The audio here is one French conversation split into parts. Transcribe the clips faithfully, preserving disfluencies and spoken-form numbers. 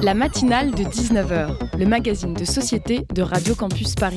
La matinale de dix-neuf heures, le magazine de société de Radio Campus Paris.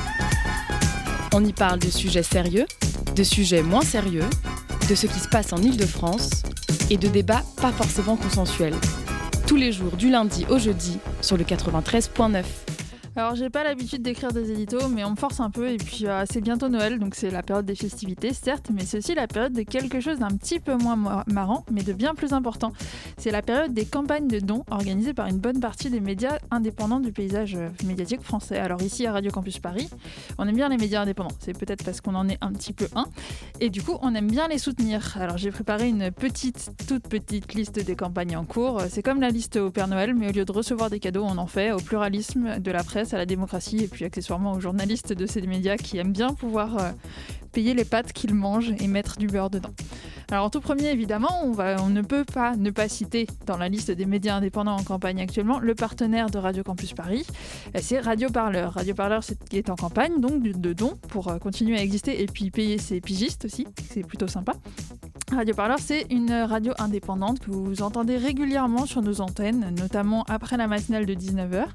On y parle de sujets sérieux, de sujets moins sérieux, de ce qui se passe en Île-de-France et de débats pas forcément consensuels. Tous les jours du lundi au jeudi sur le quatre-vingt-treize virgule neuf. Alors j'ai pas l'habitude d'écrire des éditos, mais on me force un peu et puis euh, c'est bientôt Noël, donc c'est la période des festivités certes, mais c'est aussi la période de quelque chose d'un petit peu moins mar- marrant, mais de bien plus important. C'est la période des campagnes de dons organisées par une bonne partie des médias indépendants du paysage euh, médiatique français. Alors ici à Radio Campus Paris, on aime bien les médias indépendants, c'est peut-être parce qu'on en est un petit peu un, et du coup on aime bien les soutenir. Alors j'ai préparé une petite, toute petite liste des campagnes en cours. C'est comme la liste au Père Noël, mais au lieu de recevoir des cadeaux, on en fait au pluralisme de la presse, à la démocratie et puis accessoirement aux journalistes de ces médias qui aiment bien pouvoir euh, payer les pâtes qu'ils mangent et mettre du beurre dedans. Alors en tout premier, évidemment, on, va, on ne peut pas ne pas citer dans la liste des médias indépendants en campagne actuellement le partenaire de Radio Campus Paris, c'est Radio Parleur. Radio Parleur c'est, est en campagne donc de, de dons pour euh, continuer à exister et puis payer ses pigistes aussi, c'est plutôt sympa. Radio Parleur, c'est une radio indépendante que vous entendez régulièrement sur nos antennes, notamment après la matinale de dix-neuf heures.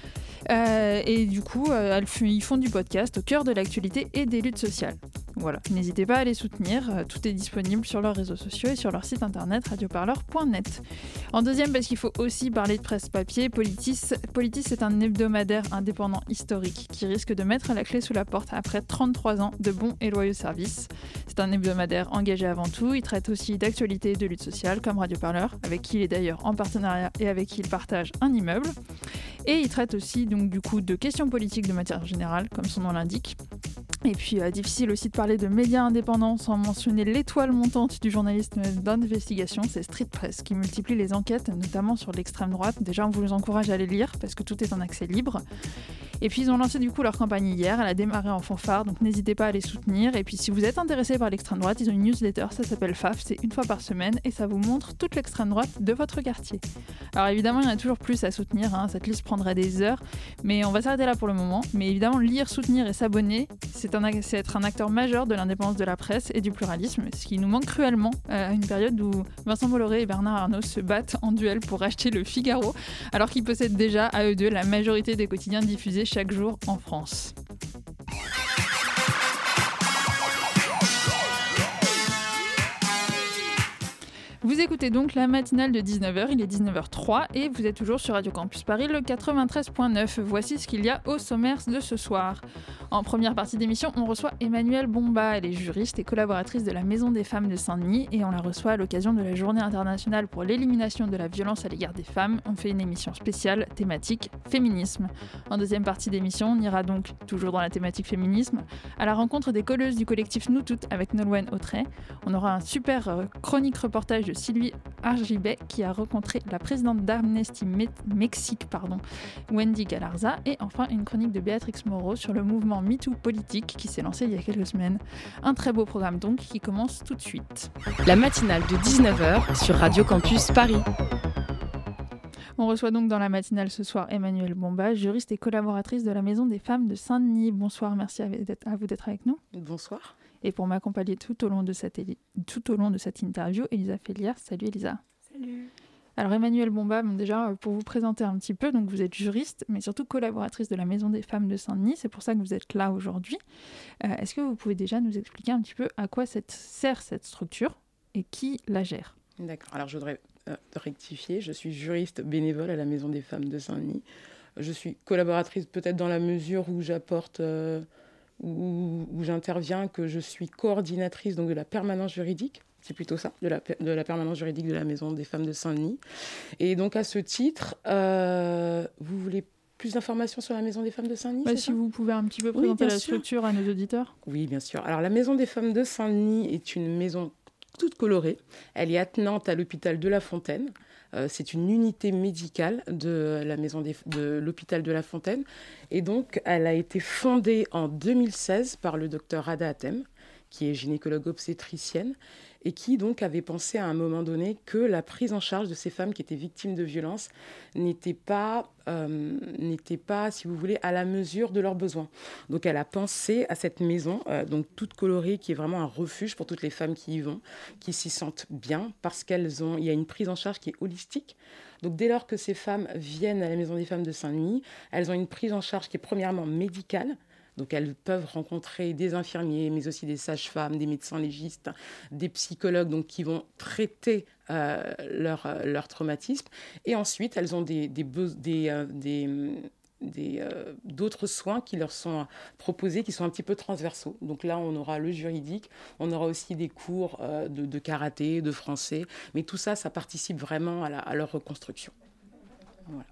Euh, et du coup, euh, ils font du podcast au cœur de l'actualité et des luttes sociales. Voilà, n'hésitez pas à les soutenir, euh, tout est disponible sur leurs réseaux sociaux et sur leur site internet radioparleur point net. En deuxième, parce qu'il faut aussi parler de presse papier, Politis, Politis c'est un hebdomadaire indépendant historique qui risque de mettre la clé sous la porte après trente-trois ans de bons et loyaux services. C'est un hebdomadaire engagé avant tout, il traite aussi d'actualité et de lutte sociale comme Radio Parleur, avec qui il est d'ailleurs en partenariat et avec qui il partage un immeuble. Et il traite aussi donc du coup de questions politiques de matière générale, comme son nom l'indique. Et puis euh, difficile aussi de parler de médias indépendants sans mentionner l'étoile montante du journalisme d'investigation, c'est Street Press, qui multiplie les enquêtes, notamment sur l'extrême droite. Déjà, on vous encourage à les lire parce que tout est en accès libre. Et puis ils ont lancé du coup leur campagne hier, elle a démarré en fanfare, donc n'hésitez pas à les soutenir. Et puis si vous êtes intéressé par l'extrême droite, ils ont une newsletter, ça s'appelle F A F, c'est une fois par semaine et ça vous montre toute l'extrême droite de votre quartier. Alors évidemment, il y en a toujours plus à soutenir, hein, cette liste prendrait des heures, mais on va s'arrêter là pour le moment. Mais évidemment, lire, soutenir et s'abonner, c'est, un, c'est être un acteur majeur de l'indépendance de la presse et du pluralisme, ce qui nous manque cruellement à une période où Vincent Bolloré et Bernard Arnault se battent en duel pour acheter le Figaro, alors qu'ils possèdent déjà à eux deux la majorité des quotidiens diffusés chaque jour en France. Vous écoutez donc la matinale de dix-neuf heures, il est dix-neuf heures trois et vous êtes toujours sur Radio Campus Paris, le quatre-vingt-treize virgule neuf. Voici ce qu'il y a au sommaire de ce soir. En première partie d'émission, on reçoit Emmanuelle Bomba. Elle est juriste et collaboratrice de la Maison des femmes de Saint-Denis et on la reçoit à l'occasion de la Journée internationale pour l'élimination de la violence à l'égard des femmes. On fait une émission spéciale thématique féminisme. En deuxième partie d'émission, on ira donc, toujours dans la thématique féminisme, à la rencontre des colleuses du collectif Nous Toutes avec Nolwenn Autrey. On aura un super euh, chronique reportage de Sylvie Argibet qui a rencontré la présidente d'Amnesty Me- Mexique, pardon, Wendy Galarza, et enfin une chronique de Béatrix Moreau sur le mouvement MeToo politique qui s'est lancé il y a quelques semaines. Un très beau programme donc qui commence tout de suite. La matinale de dix-neuf heures sur Radio Campus Paris. On reçoit donc dans la matinale ce soir Emmanuelle Bomba, juriste et collaboratrice de la Maison des femmes de Saint-Denis. Bonsoir, merci à vous d'être avec nous. Bonsoir. Et pour m'accompagner tout au long de cette, éli- tout au long de cette interview, Elisa Fellière. Salut Elisa. Salut. Alors Emmanuelle Bomba, bon, déjà pour vous présenter un petit peu, donc vous êtes juriste, mais surtout collaboratrice de la Maison des femmes de Saint-Denis, c'est pour ça que vous êtes là aujourd'hui. Euh, est-ce que vous pouvez déjà nous expliquer un petit peu à quoi cette, sert cette structure et qui la gère ? D'accord, alors je voudrais euh, rectifier, je suis juriste bénévole à la Maison des femmes de Saint-Denis. Je suis collaboratrice peut-être dans la mesure où j'apporte... Euh, Où, où j'interviens, que je suis coordinatrice donc, de la permanence juridique, c'est plutôt ça, de la, de la permanence juridique de la Maison des femmes de Saint-Denis. Et donc à ce titre, euh, vous voulez plus d'informations sur la Maison des femmes de Saint-Denis, bah, c'est Si ça vous pouvez un petit peu Oui, présenter bien la sûr. structure à nos auditeurs. Oui, bien sûr. Alors la Maison des femmes de Saint-Denis est une maison toute colorée. Elle est attenante à l'hôpital de La Fontaine. Euh, c'est une unité médicale de la maison des, de l'hôpital de La Fontaine. Et donc, elle a été fondée en deux mille seize par le docteur Rada Hatem, qui est gynécologue obstétricienne. et qui donc avait pensé à un moment donné que la prise en charge de ces femmes qui étaient victimes de violences n'était pas, euh, n'était pas, si vous voulez, à la mesure de leurs besoins. Donc elle a pensé à cette maison, euh, donc toute colorée, qui est vraiment un refuge pour toutes les femmes qui y vont, qui s'y sentent bien, parce qu'elles ont, il y a une prise en charge qui est holistique. Donc dès lors que ces femmes viennent à la Maison des femmes de Saint-Denis, elles ont une prise en charge qui est premièrement médicale. Donc elles peuvent rencontrer des infirmiers, mais aussi des sages-femmes, des médecins légistes, des psychologues donc, qui vont traiter euh, leur, leur traumatisme. Et ensuite, elles ont des, des, des, euh, des, des, euh, d'autres soins qui leur sont proposés, qui sont un petit peu transversaux. Donc là, on aura le juridique, on aura aussi des cours euh, de, de karaté, de français. Mais tout ça, ça participe vraiment à, la, à leur reconstruction. Voilà.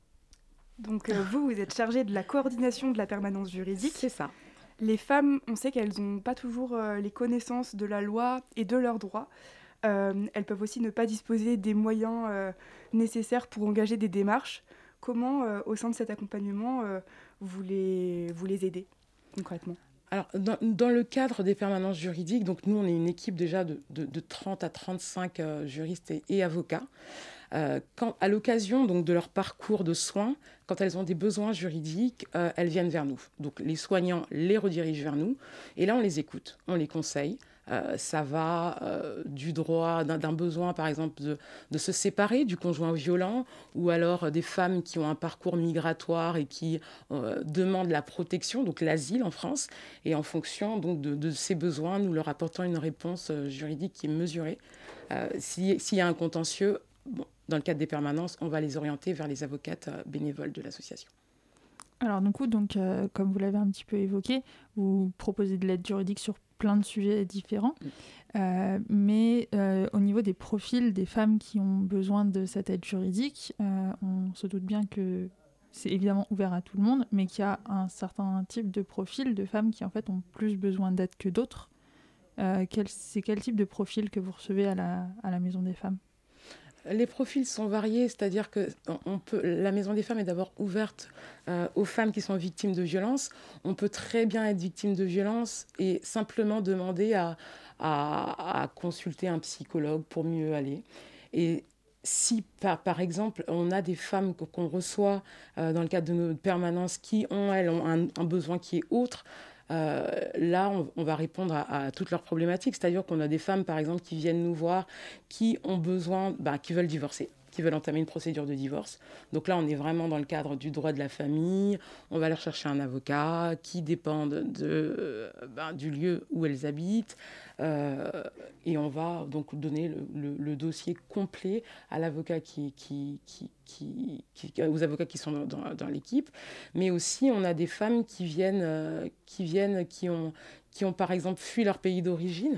Donc euh, vous, vous êtes chargée de la coordination de la permanence juridique. C'est ça. Les femmes, on sait qu'elles n'ont pas toujours euh, les connaissances de la loi et de leurs droits. Euh, elles peuvent aussi ne pas disposer des moyens euh, nécessaires pour engager des démarches. Comment, euh, au sein de cet accompagnement, euh, vous, les, vous les aidez concrètement ? Alors, dans, dans le cadre des permanences juridiques, donc nous, on est une équipe déjà de, de, de trente à trente-cinq euh, juristes et, et avocats. Euh, quand, à l'occasion donc, de leur parcours de soins, quand elles ont des besoins juridiques, euh, elles viennent vers nous. Donc les soignants les redirigent vers nous et là on les écoute, on les conseille. Euh, ça va euh, du droit d'un, d'un besoin par exemple de, de se séparer du conjoint violent ou alors euh, des femmes qui ont un parcours migratoire et qui euh, demandent la protection, donc l'asile en France. Et en fonction donc, de, de ces besoins, nous leur apportons une réponse euh, juridique qui est mesurée. Euh, si, s'il y a un contentieux, bon, dans le cadre des permanences, on va les orienter vers les avocates bénévoles de l'association. Alors du coup, donc, euh, comme vous l'avez un petit peu évoqué, vous proposez de l'aide juridique sur plein de sujets différents, mmh. euh, mais euh, au niveau des profils des femmes qui ont besoin de cette aide juridique, euh, on se doute bien que c'est évidemment ouvert à tout le monde, mais qu'il y a un certain type de profil de femmes qui en fait ont plus besoin d'aide que d'autres. Euh, quel, c'est quel type de profil que vous recevez à la, à la Maison des femmes ? Les profils sont variés, c'est-à-dire que on peut, la Maison des femmes est d'abord ouverte euh, aux femmes qui sont victimes de violences. On peut très bien être victime de violences et simplement demander à, à, à consulter un psychologue pour mieux aller. Et si, par, par exemple, on a des femmes qu'on reçoit euh, dans le cadre de nos permanences qui ont, elles, ont un, un besoin qui est autre, Euh, là, on, on va répondre à, à toutes leurs problématiques. C'est-à-dire qu'on a des femmes, par exemple, qui viennent nous voir, qui ont besoin, bah, qui veulent divorcer, qui veulent entamer une procédure de divorce. Donc là, on est vraiment dans le cadre du droit de la famille. On va leur chercher un avocat qui dépend de, euh, bah, du lieu où elles habitent. Euh, et on va donc donner le, le, le dossier complet à l'avocat qui, qui, qui, qui, qui, aux avocats qui sont dans, dans, dans l'équipe. Mais aussi, on a des femmes qui viennent, euh, qui, viennent qui, ont, qui ont par exemple fui leur pays d'origine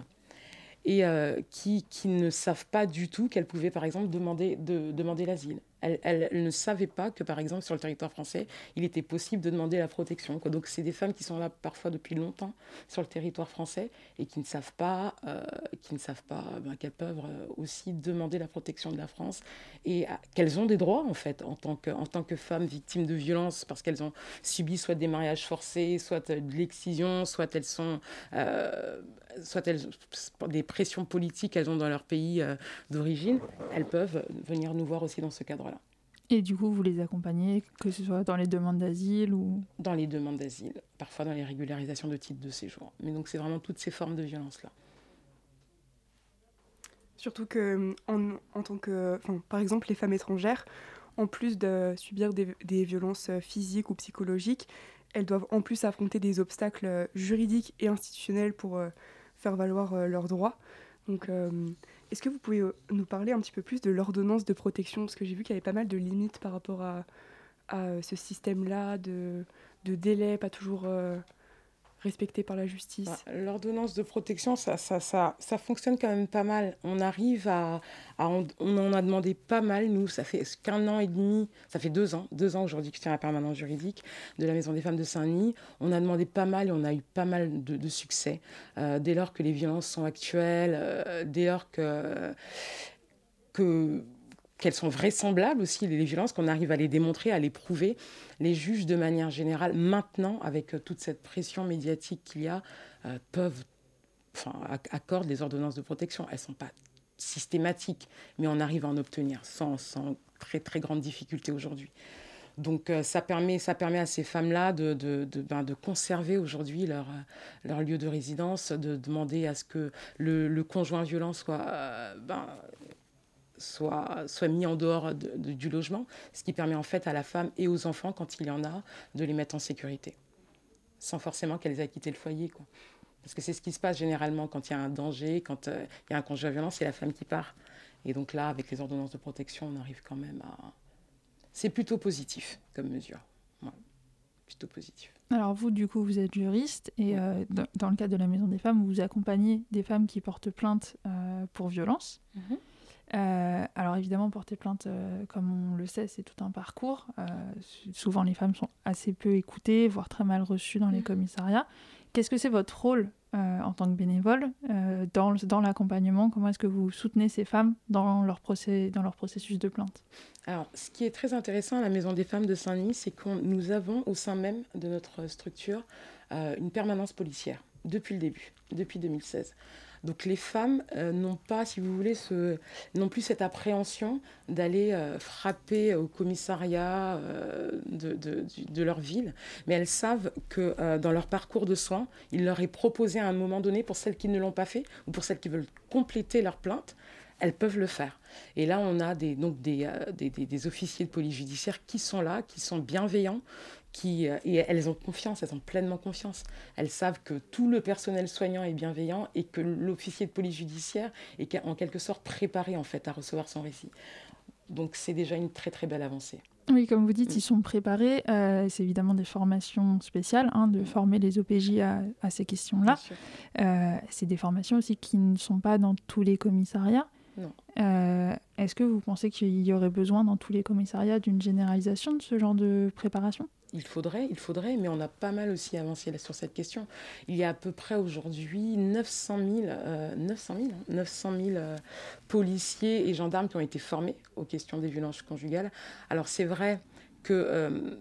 et euh, qui, qui ne savent pas du tout qu'elles pouvaient, par exemple, demander, de, demander l'asile. Elles, elles, elles ne savaient pas que, par exemple, sur le territoire français, il était possible de demander la protection, quoi. Donc, c'est des femmes qui sont là parfois depuis longtemps sur le territoire français et qui ne savent pas, euh, qui ne savent pas ben, qu'elles peuvent aussi demander la protection de la France et euh, qu'elles ont des droits, en fait, en tant que, en tant que femmes victimes de violences, parce qu'elles ont subi soit des mariages forcés, soit de l'excision, soit elles sont... Euh, soit elles, des pressions politiques qu'elles ont dans leur pays euh, d'origine, elles peuvent venir nous voir aussi dans ce cadre-là. Et du coup, vous les accompagnez, que ce soit dans les demandes d'asile ou... Dans les demandes d'asile, parfois dans les régularisations de titres de séjour. Mais donc, c'est vraiment toutes ces formes de violence-là. Surtout que, en, en tant que... Enfin, par exemple, les femmes étrangères, en plus de subir des, des violences physiques ou psychologiques, elles doivent en plus affronter des obstacles juridiques et institutionnels pour... Euh, faire valoir euh, leurs droits. Donc, euh, est-ce que vous pouvez euh, nous parler un petit peu plus de l'ordonnance de protection ? Parce que j'ai vu qu'il y avait pas mal de limites par rapport à, à ce système-là, de, de délai pas toujours euh, respecté par la justice. Bah, l'ordonnance de protection, ça, ça, ça, ça fonctionne quand même pas mal. On arrive à, à... On en a demandé pas mal, nous. Ça fait qu'un an et demi, ça fait deux ans, deux ans aujourd'hui que je tiens la permanence juridique de la Maison des femmes de Saint-Denis. On a demandé pas mal et on a eu pas mal de, de succès. Euh, dès lors que les violences sont actuelles, euh, dès lors que... que qu'elles sont vraisemblables aussi, les violences, qu'on arrive à les démontrer, à les prouver. Les juges, de manière générale, maintenant, avec toute cette pression médiatique qu'il y a, euh, peuvent enfin, accorde les ordonnances de protection. Elles ne sont pas systématiques, mais on arrive à en obtenir sans, sans très, très grande difficulté aujourd'hui. Donc euh, ça, permet, ça permet à ces femmes-là de, de, de, ben, de conserver aujourd'hui leur, leur lieu de résidence, de demander à ce que le, le conjoint violent soit, euh, ben, soit, soit mis en dehors de, de, du logement, ce qui permet en fait à la femme et aux enfants, quand il y en a, de les mettre en sécurité, sans forcément qu'elles aient quitté le foyer, quoi. Parce que c'est ce qui se passe généralement quand il y a un danger, quand euh, il y a un conjoint violent, c'est la femme qui part. Et donc là, avec les ordonnances de protection, on arrive quand même à... C'est plutôt positif comme mesure. Ouais, plutôt positif. Alors vous, du coup, vous êtes juriste et euh, dans, dans le cadre de la Maison des femmes, vous accompagnez des femmes qui portent plainte euh, pour violence. Mm-hmm. Euh, alors évidemment, porter plainte, euh, comme on le sait, c'est tout un parcours. Euh, souvent, les femmes sont assez peu écoutées, voire très mal reçues dans les commissariats. Qu'est-ce que c'est votre rôle euh, en tant que bénévole euh, dans, dans l'accompagnement? Comment est-ce que vous soutenez ces femmes dans leur, procès, dans leur processus de plainte? Alors, ce qui est très intéressant à la Maison des femmes de Saint-Denis, c'est que nous avons au sein même de notre structure euh, une permanence policière depuis le début, depuis deux mille seize. Donc les femmes euh, n'ont pas, si vous voulez, ce, non plus cette appréhension d'aller euh, frapper au commissariat euh, de, de, de leur ville, mais elles savent que euh, dans leur parcours de soins, il leur est proposé à un moment donné, pour celles qui ne l'ont pas fait ou pour celles qui veulent compléter leur plainte, elles peuvent le faire. Et là, on a des, donc des, euh, des, des, des officiers de police judiciaire qui sont là, qui sont bienveillants, qui, euh, et elles ont confiance, elles ont pleinement confiance. Elles savent que tout le personnel soignant est bienveillant et que l'officier de police judiciaire est en quelque sorte préparé en fait, à recevoir son récit. Donc c'est déjà une très très belle avancée. Oui, comme vous dites, mmh. ils sont préparés. Euh, c'est évidemment des formations spéciales, hein, de former les O P J à, à ces questions-là. Euh, c'est des formations aussi qui ne sont pas dans tous les commissariats. Non. Euh, est-ce que vous pensez qu'il y aurait besoin dans tous les commissariats d'une généralisation de ce genre de préparation ? Il faudrait, il faudrait, mais on a pas mal aussi avancé là, sur cette question. Il y a à peu près aujourd'hui neuf cent mille, euh, neuf cent mille, hein, neuf cent mille euh, policiers et gendarmes qui ont été formés aux questions des violences conjugales. Alors c'est vrai que euh,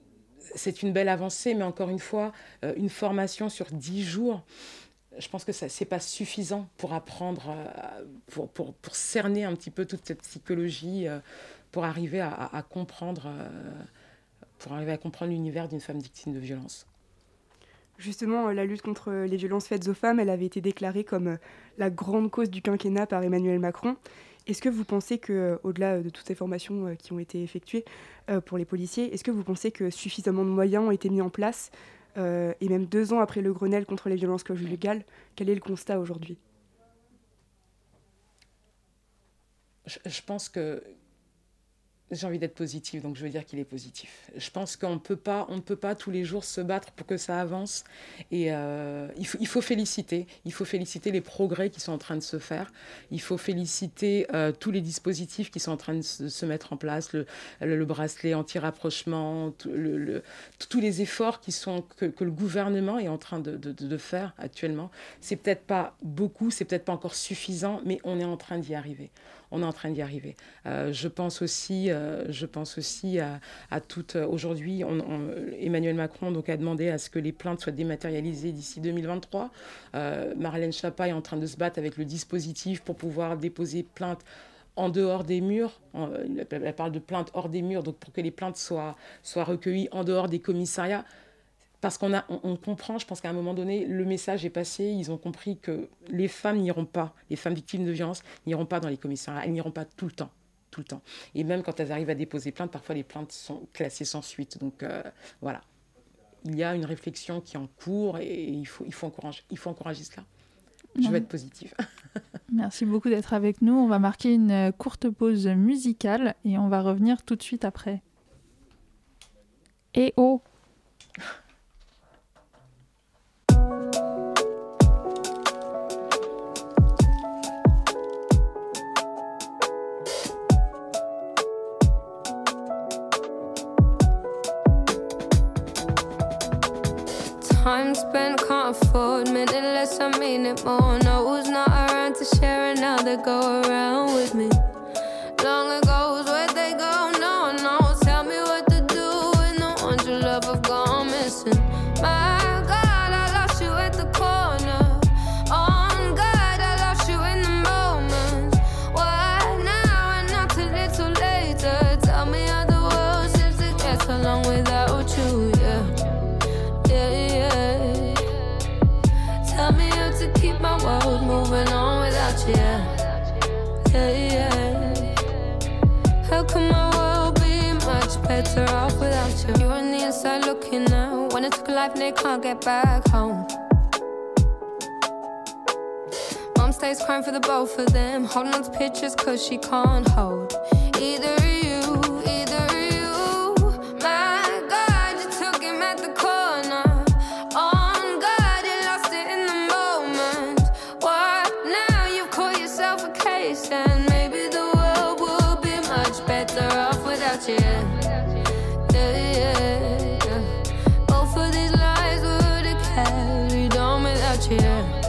c'est une belle avancée, mais encore une fois, euh, une formation sur dix jours, je pense que ce n'est pas suffisant pour apprendre, euh, pour, pour, pour cerner un petit peu toute cette psychologie, euh, pour arriver à, à, à comprendre... Euh, pour arriver à comprendre l'univers d'une femme victime de violence. Justement, la lutte contre les violences faites aux femmes, elle avait été déclarée comme la grande cause du quinquennat par Emmanuel Macron. Est-ce que vous pensez qu'au-delà de toutes ces formations qui ont été effectuées pour les policiers, est-ce que vous pensez que suffisamment de moyens ont été mis en place euh, et même deux ans après le Grenelle contre les violences conjugales, quel est le constat aujourd'hui ? je, je pense que J'ai envie d'être positive, donc je veux dire qu'il est positif. Je pense qu'on peut pas, on ne peut pas tous les jours se battre pour que ça avance. Et euh, il, faut, il faut féliciter. Il faut féliciter les progrès qui sont en train de se faire. Il faut féliciter euh, tous les dispositifs qui sont en train de se, se mettre en place. Le, le, le bracelet anti-rapprochement, tout, le, le, tous les efforts qui sont, que, que le gouvernement est en train de, de, de faire actuellement. C'est peut-être pas beaucoup, c'est peut-être pas encore suffisant, mais on est en train d'y arriver. On est en train d'y arriver. Euh, je pense aussi, euh, je pense aussi à, à toutes... Aujourd'hui, on, on, Emmanuel Macron donc, a demandé à ce que les plaintes soient dématérialisées d'ici deux mille vingt-trois. Euh, Marlène Schiappa est en train de se battre avec le dispositif pour pouvoir déposer plainte en dehors des murs. Elle parle de plaintes hors des murs, donc pour que les plaintes soient, soient recueillies en dehors des commissariats. Parce qu'on a, on, on comprend, je pense qu'à un moment donné, le message est passé, ils ont compris que les femmes n'iront pas, les femmes victimes de violences n'iront pas dans les commissariats, elles n'iront pas tout le temps, tout le temps. Et même quand elles arrivent à déposer plainte, parfois les plaintes sont classées sans suite. Donc euh, voilà, il y a une réflexion qui est en cours et il faut, il faut, encourager, il faut encourager cela. Je veux être positive. Merci beaucoup d'être avec nous. On va marquer une courte pause musicale et on va revenir tout de suite après. Et oh! Time spent, can't afford, minute less, I mean it more. No, who's not around to share and now they go around with me. Long ago, where'd they go? No, no, tell me what to do when the ones you love have gone missing. My God, I lost you at the corner. Oh better off without you. You're on the inside looking out. When it took a life and they can't get back home. Mom stays crying for the both of them, holding on to pictures cause she can't hold either you, either you. My God, you took him at the corner. On God, you lost it in the moment. What now? You've caught yourself a case, and maybe the world will be much better off without you. Yeah, yeah, yeah. Both of these lies would have carried on without you.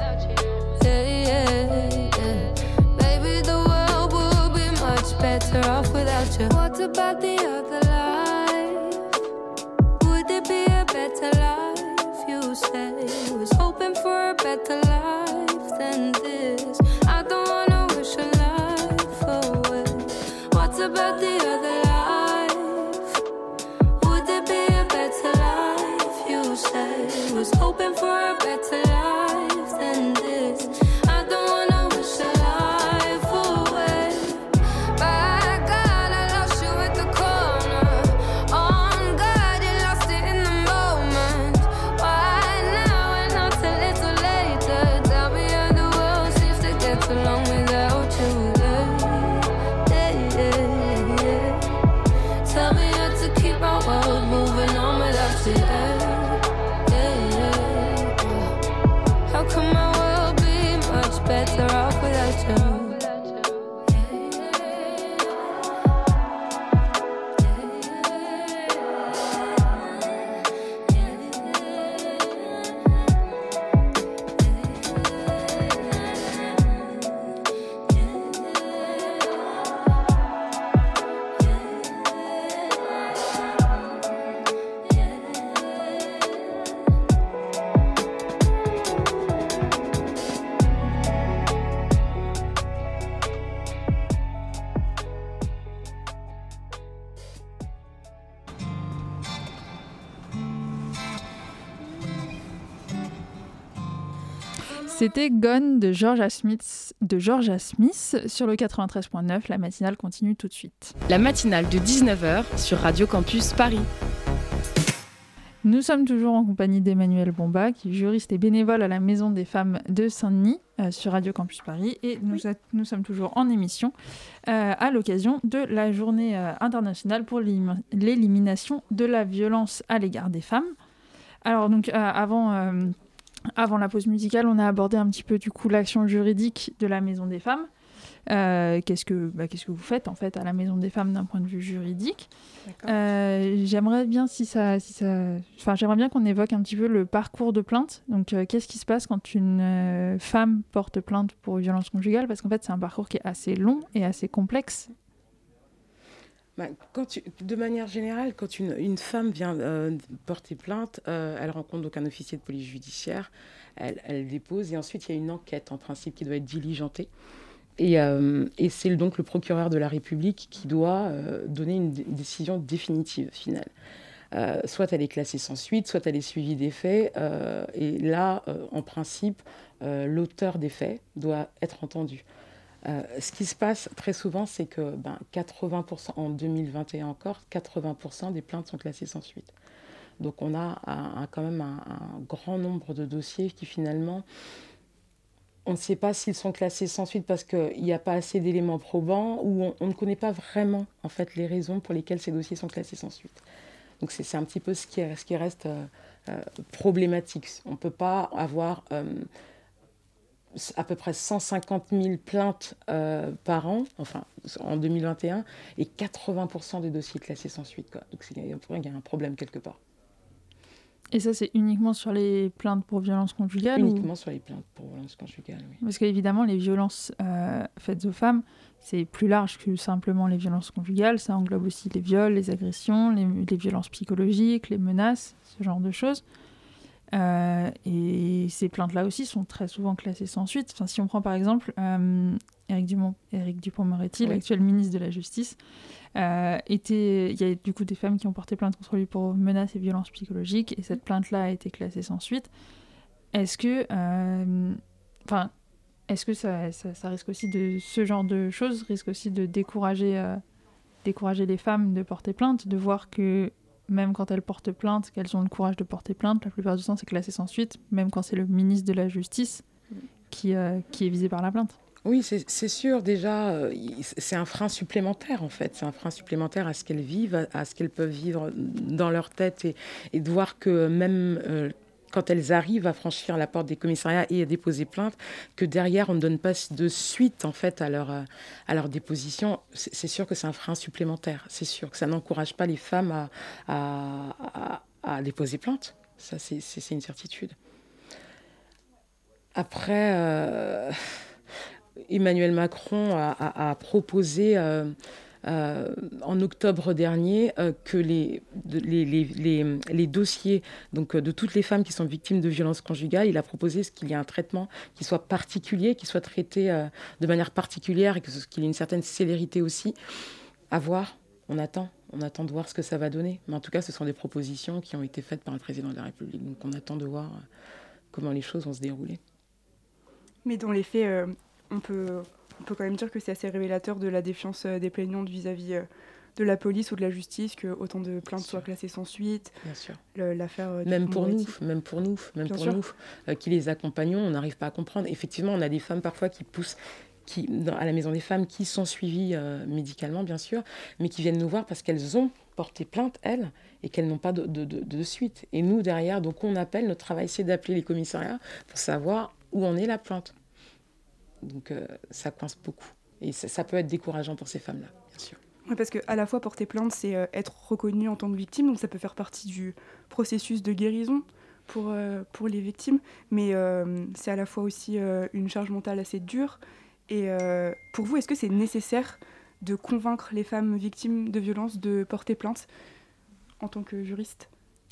Better off without you. What about the other life? Would it be a better life? You say was hoping for a better life than this. I don't wanna wish a life away. What about the other life? Would it be a better life? You say was hoping for a better life than this. I don't wanna wish a life away. Better off without you. C'était Gone de Georgia Smith, de Georgia Smith sur le quatre-vingt-treize virgule neuf. La matinale continue tout de suite. La matinale de dix-neuf heures sur Radio Campus Paris. Nous sommes toujours en compagnie d'Emmanuel Bomba, qui est juriste et bénévole à la Maison des femmes de Saint-Denis euh, sur Radio Campus Paris. Et nous, oui. a, nous sommes toujours en émission euh, à l'occasion de la journée euh, internationale pour l'élim- l'élimination de la violence à l'égard des femmes. Alors, donc, euh, avant... Euh, Avant la pause musicale, on a abordé un petit peu du coup l'action juridique de la Maison des femmes. Euh, qu'est-ce que, bah, qu'est-ce que vous faites en fait à la Maison des femmes d'un point de vue juridique ? euh, J'aimerais bien si ça, si ça, enfin j'aimerais bien qu'on évoque un petit peu le parcours de plainte. Donc euh, qu'est-ce qui se passe quand une euh, femme porte plainte pour violence conjugale ? Parce qu'en fait c'est un parcours qui est assez long et assez complexe. Bah, quand tu, de manière générale, quand une, une femme vient euh, porter plainte, euh, elle rencontre donc un officier de police judiciaire, elle, elle dépose et ensuite il y a une enquête en principe qui doit être diligentée. Et, euh, et c'est donc le procureur de la République qui doit euh, donner une, d- une décision définitive, finale. Euh, soit elle est classée sans suite, soit elle est suivie des faits. Euh, et là, euh, en principe, euh, l'auteur des faits doit être entendu. Euh, ce qui se passe très souvent, c'est que ben, quatre-vingts pour cent, en deux mille vingt et un encore, quatre-vingts pour cent des plaintes sont classées sans suite. Donc on a un, un, quand même un, un grand nombre de dossiers qui finalement, on ne sait pas s'ils sont classés sans suite parce qu'il n'y a pas assez d'éléments probants ou on, on ne connaît pas vraiment en fait, les raisons pour lesquelles ces dossiers sont classés sans suite. Donc c'est, c'est un petit peu ce qui, ce qui reste euh, euh, problématique. On ne peut pas avoir... Euh, à peu près cent cinquante mille plaintes euh, par an, enfin en deux mille vingt et un, et quatre-vingts pour cent des dossiers classés sans suite, quoi. Donc il y a un problème quelque part. Et ça, c'est uniquement sur les plaintes pour violences conjugales ? Uniquement ou... sur les plaintes pour violences conjugales, oui. Parce qu'évidemment, les violences euh, faites aux femmes, c'est plus large que simplement les violences conjugales. Ça englobe aussi les viols, les agressions, les, les violences psychologiques, les menaces, ce genre de choses. Euh, et ces plaintes-là aussi sont très souvent classées sans suite. Enfin, si on prend par exemple euh, Éric, Dumont, Éric Dupond-Moretti, oui. l'actuel ministre de la Justice, euh, était, il y a du coup des femmes qui ont porté plainte contre lui pour menaces et violences psychologiques, et cette plainte-là a été classée sans suite. Est-ce que, euh, enfin, est-ce que ça, ça, ça risque aussi de ce genre de choses risque aussi de décourager euh, décourager les femmes de porter plainte, de voir que même quand elles portent plainte, qu'elles ont le courage de porter plainte, la plupart du temps c'est classé sans suite, même quand c'est le ministre de la Justice qui, euh, qui est visé par la plainte. Oui, c'est, c'est sûr, déjà, euh, c'est un frein supplémentaire, en fait. C'est un frein supplémentaire à ce qu'elles vivent, à, à ce qu'elles peuvent vivre dans leur tête, et, et de voir que même euh, quand elles arrivent à franchir la porte des commissariats et à déposer plainte, que derrière, on ne donne pas de suite, en fait, à leur, à leur déposition. C'est, c'est sûr que c'est un frein supplémentaire. C'est sûr que ça n'encourage pas les femmes à, à, à, à déposer plainte. Ça, c'est, c'est, c'est une certitude. Après... Euh... Emmanuel Macron a, a, a proposé euh, euh, en octobre dernier euh, que les, de, les, les, les, les dossiers donc, de toutes les femmes qui sont victimes de violences conjugales, il a proposé qu'il y ait un traitement qui soit particulier, qui soit traité euh, de manière particulière et que, qu'il y ait une certaine célérité aussi. À voir, on attend, on attend de voir ce que ça va donner. Mais en tout cas, ce sont des propositions qui ont été faites par le président de la République. Donc on attend de voir comment les choses vont se dérouler. Mais dans les faits... Euh... On peut, on peut quand même dire que c'est assez révélateur de la défiance des plaignantes vis-à-vis de la police ou de la justice, que autant de plaintes soient classées sans suite. Bien sûr. Le, l'affaire même pour, nous, même pour nous, même Bien pour sûr. nous, euh, qui les accompagnons, on n'arrive pas à comprendre. Effectivement, on a des femmes parfois qui poussent, qui, dans, à la maison des femmes, qui sont suivies euh, médicalement, bien sûr, mais qui viennent nous voir parce qu'elles ont porté plainte, elles, et qu'elles n'ont pas de, de, de, de suite. Et nous, derrière, donc on appelle, notre travail, c'est d'appeler les commissariats pour savoir où en est la plainte. Donc euh, ça coince beaucoup. Et ça, ça peut être décourageant pour ces femmes-là, bien sûr. Oui, parce qu'à la fois porter plainte, c'est euh, être reconnue en tant que victime, donc ça peut faire partie du processus de guérison pour, euh, pour les victimes, mais euh, c'est à la fois aussi euh, une charge mentale assez dure. Et euh, pour vous, est-ce que c'est nécessaire de convaincre les femmes victimes de violences de porter plainte en tant que juriste ?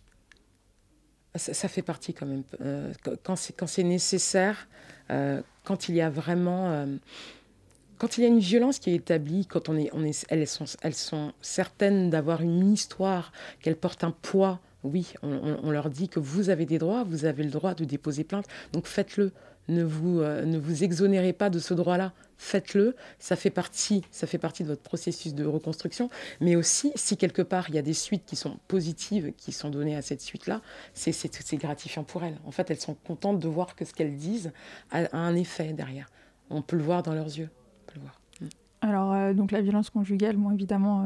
Ça, ça fait partie quand même. Euh, quand, c'est, quand c'est nécessaire, euh, quand il y a vraiment... Euh, quand il y a une violence qui est établie, quand on est, on est, elles, sont, elles sont certaines d'avoir une histoire, qu'elles portent un poids, oui, on, on, on leur dit que vous avez des droits, vous avez le droit de déposer plainte, donc faites-le. Ne vous, euh, ne vous exonérez pas de ce droit-là, faites-le, ça fait partie, ça fait partie de votre processus de reconstruction, mais aussi, si quelque part, il y a des suites qui sont positives, qui sont données à cette suite-là, c'est, c'est, c'est gratifiant pour elles. En fait, elles sont contentes de voir que ce qu'elles disent a, a un effet derrière. On peut le voir dans leurs yeux. On peut le voir. Alors, euh, donc la violence conjugale, bon, évidemment... Euh...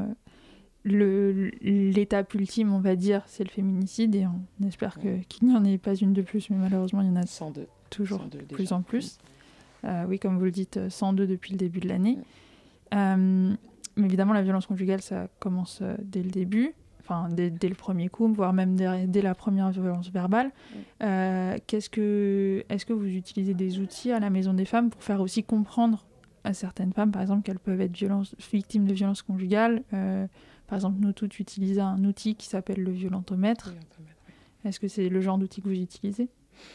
Le, l'étape ultime, on va dire, c'est le féminicide, et on espère que, qu'il n'y en ait pas une de plus, mais malheureusement, il y en a cent deux. toujours cent deux plus déjà. en plus. Oui. Euh, oui, comme vous le dites, cent deux depuis le début de l'année. Oui. Euh, mais évidemment, la violence conjugale, ça commence dès le début, enfin, dès, dès le premier coup, voire même dès, dès la première violence verbale. Oui. Euh, qu'est-ce que, est-ce que vous utilisez des outils à la Maison des Femmes pour faire aussi comprendre à certaines femmes, par exemple, qu'elles peuvent être violence, victimes de violences conjugales euh, Par exemple, nous toutes utilisons un outil qui s'appelle le violentomètre. violentomètre oui. Est-ce que c'est le genre d'outil que vous utilisez ?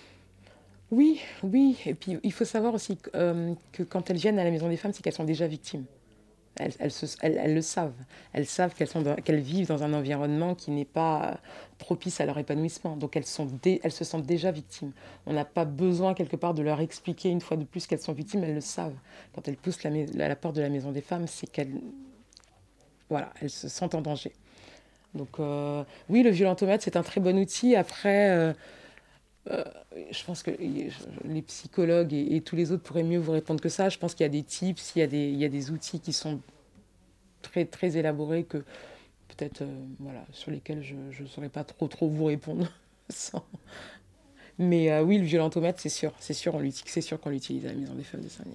Oui, oui. Et puis, il faut savoir aussi que, euh, que quand elles viennent à la Maison des Femmes, c'est qu'elles sont déjà victimes. Elles, elles, se, elles, elles le savent. Elles savent qu'elles, sont dans, qu'elles vivent dans un environnement qui n'est pas propice à leur épanouissement. Donc, elles, sont dé, elles se sentent déjà victimes. On n'a pas besoin, quelque part, de leur expliquer une fois de plus qu'elles sont victimes. Elles le savent. Quand elles poussent la, la, la porte de la Maison des Femmes, c'est qu'elles... Voilà, elles se sentent en danger. Donc, euh, oui, le violentomètre, c'est un très bon outil. Après, euh, euh, je pense que les psychologues et, et tous les autres pourraient mieux vous répondre que ça. Je pense qu'il y a des tips, il y a des, il y a des outils qui sont très, très élaborés que peut-être, euh, voilà, sur lesquels je ne saurais pas trop, trop vous répondre. Sans... Mais euh, oui, le violentomètre, c'est sûr. C'est sûr, on l'utilise, c'est sûr qu'on l'utilise à la Maison des Femmes de Saint-Denis.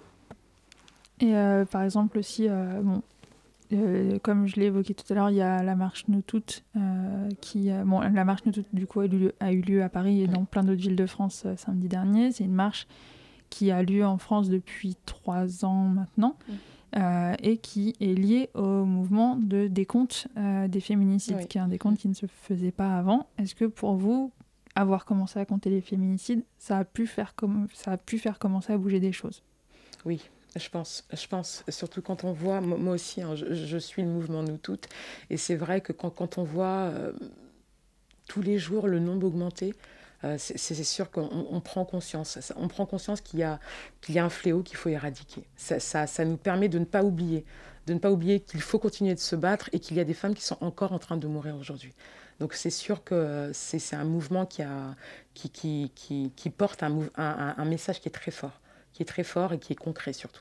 Oui. Et euh, par exemple aussi... Euh, bon, Euh, comme je l'ai évoqué tout à l'heure, il y a la marche Nous Toutes euh, qui, euh, bon, la marche Nous Toutes du coup a eu lieu, a eu lieu à Paris et dans plein d'autres villes de France euh, samedi dernier. C'est une marche qui a lieu en France depuis trois ans maintenant mmh. euh, et qui est liée au mouvement de décompte euh, des féminicides, oui. qui est un décompte qui ne se faisait pas avant. Est-ce que pour vous, avoir commencé à compter les féminicides, ça a pu faire, com- ça a pu faire commencer à bouger des choses ? Oui. Je pense, je pense, surtout quand on voit, moi aussi, hein, je, je suis le mouvement Nous Toutes, et c'est vrai que quand, quand on voit euh, tous les jours le nombre augmenter, euh, c'est, c'est sûr qu'on on prend conscience, on prend conscience qu'il y a, qu'il y a un fléau qu'il faut éradiquer. Ça, ça, ça nous permet de ne pas oublier, de ne pas oublier qu'il faut continuer de se battre et qu'il y a des femmes qui sont encore en train de mourir aujourd'hui. Donc c'est sûr que c'est, c'est un mouvement qui, a, qui, qui, qui, qui porte un, un, un message qui est très fort, qui est très fort et qui est concret surtout.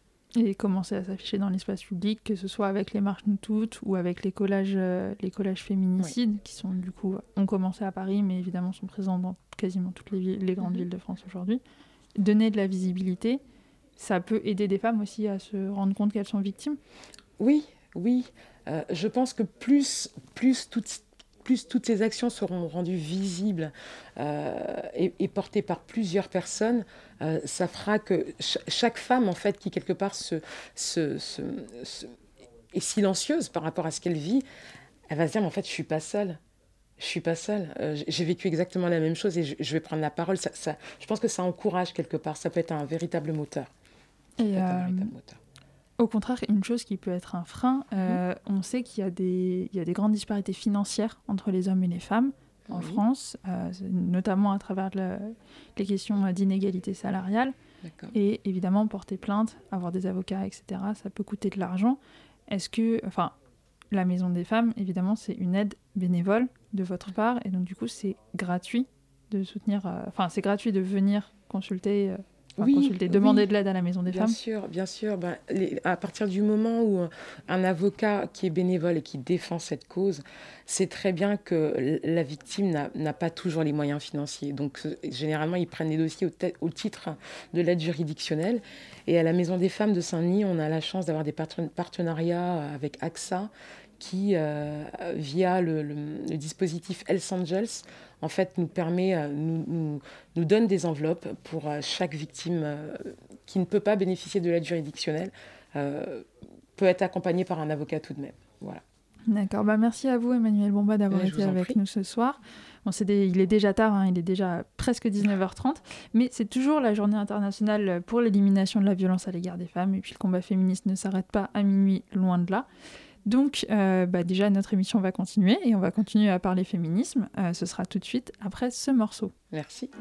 Et commencer à s'afficher dans l'espace public, que ce soit avec les marches Nous Toutes ou avec les collages, euh, les collages féminicides, oui. qui sont du coup ont commencé à Paris, mais évidemment sont présents dans quasiment toutes les, villes, les grandes mmh. villes de France aujourd'hui. Donner de la visibilité, ça peut aider des femmes aussi à se rendre compte qu'elles sont victimes. Oui, oui. Euh, je pense que plus, plus toutes plus toutes ces actions seront rendues visibles euh, et, et portées par plusieurs personnes, euh, ça fera que ch- chaque femme, en fait, qui quelque part se, se, se, se, est silencieuse par rapport à ce qu'elle vit, elle va se dire, mais en fait, je ne suis pas seule. Je ne suis pas seule. Euh, j'ai vécu exactement la même chose et je, je vais prendre la parole. Ça, ça, je pense que ça encourage quelque part. Ça peut être un véritable moteur. Et euh, un véritable moteur. Au contraire, une chose qui peut être un frein, euh, mmh. on sait qu'il y a, des, il y a des grandes disparités financières entre les hommes et les femmes en oui. France, euh, notamment à travers le, les questions d'inégalité salariale. D'accord. Et évidemment, porter plainte, avoir des avocats, et cetera, ça peut coûter de l'argent. Est-ce que, enfin, la Maison des Femmes, évidemment, c'est une aide bénévole de votre part, et donc du coup, c'est gratuit de soutenir, enfin, euh, c'est gratuit de venir consulter. Euh, Enfin, oui, consulter, demander oui. de l'aide à la Maison des bien Femmes. Bien sûr, bien sûr. Ben, les, à partir du moment où un avocat qui est bénévole et qui défend cette cause, c'est très bien que la victime n'a, n'a pas toujours les moyens financiers. Donc, généralement, ils prennent les dossiers au, te- au titre de l'aide juridictionnelle. Et à la Maison des Femmes de Saint-Denis, on a la chance d'avoir des partenariats avec A X A qui, euh, via le, le, le dispositif Hells Angels, en fait, nous permet, euh, nous, nous, nous donne des enveloppes pour euh, chaque victime euh, qui ne peut pas bénéficier de l'aide juridictionnelle, euh, peut être accompagnée par un avocat tout de même. Voilà. D'accord. Bah, merci à vous, Emmanuelle Bomba, d'avoir euh, été avec prie. nous ce soir. Bon, c'est des... Il est déjà tard, hein, il est déjà presque dix-neuf heures trente, mais c'est toujours la journée internationale pour l'élimination de la violence à l'égard des femmes, et puis le combat féministe ne s'arrête pas à minuit, loin de là. Donc, euh, bah déjà, notre émission va continuer et on va continuer à parler féminisme. Euh, ce sera tout de suite après ce morceau. Merci.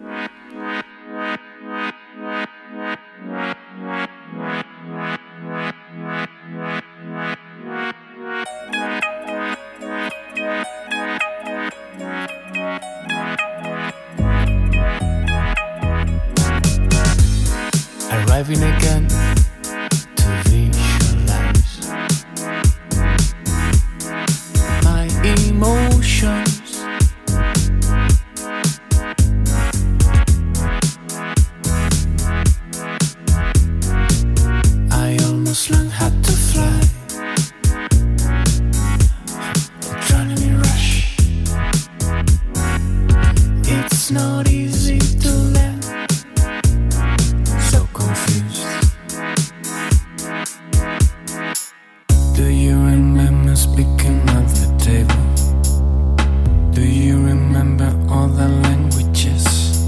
Arriving again to visualize my emotions. I almost learned how to fly. Adrenaline rush. It's not easy to let. So confused. Do you remember speaking at the table? Do you remember all the languages?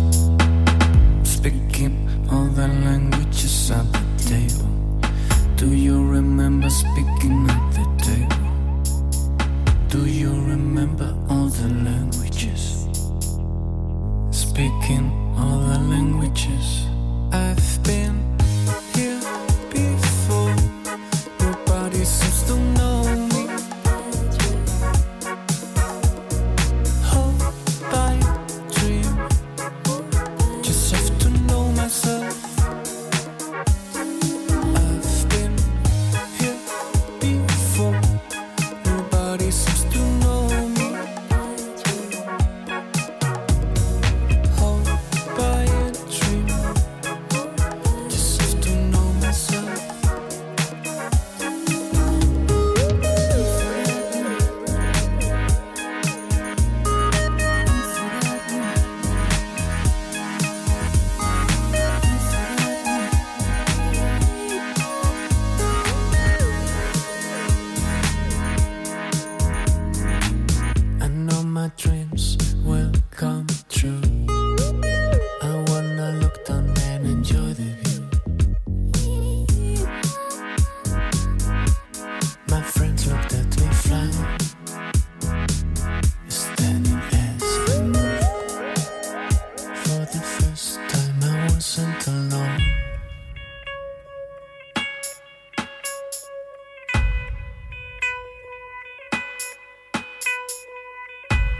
Speaking all the languages at the table. Do you remember speaking at the table? Do you remember all the languages? Speaking all the languages. I've been here before. Nobody seems to know me. Hope I dream. Just have to know myself. I've been here before. Nobody seems to know me. Hope I dream.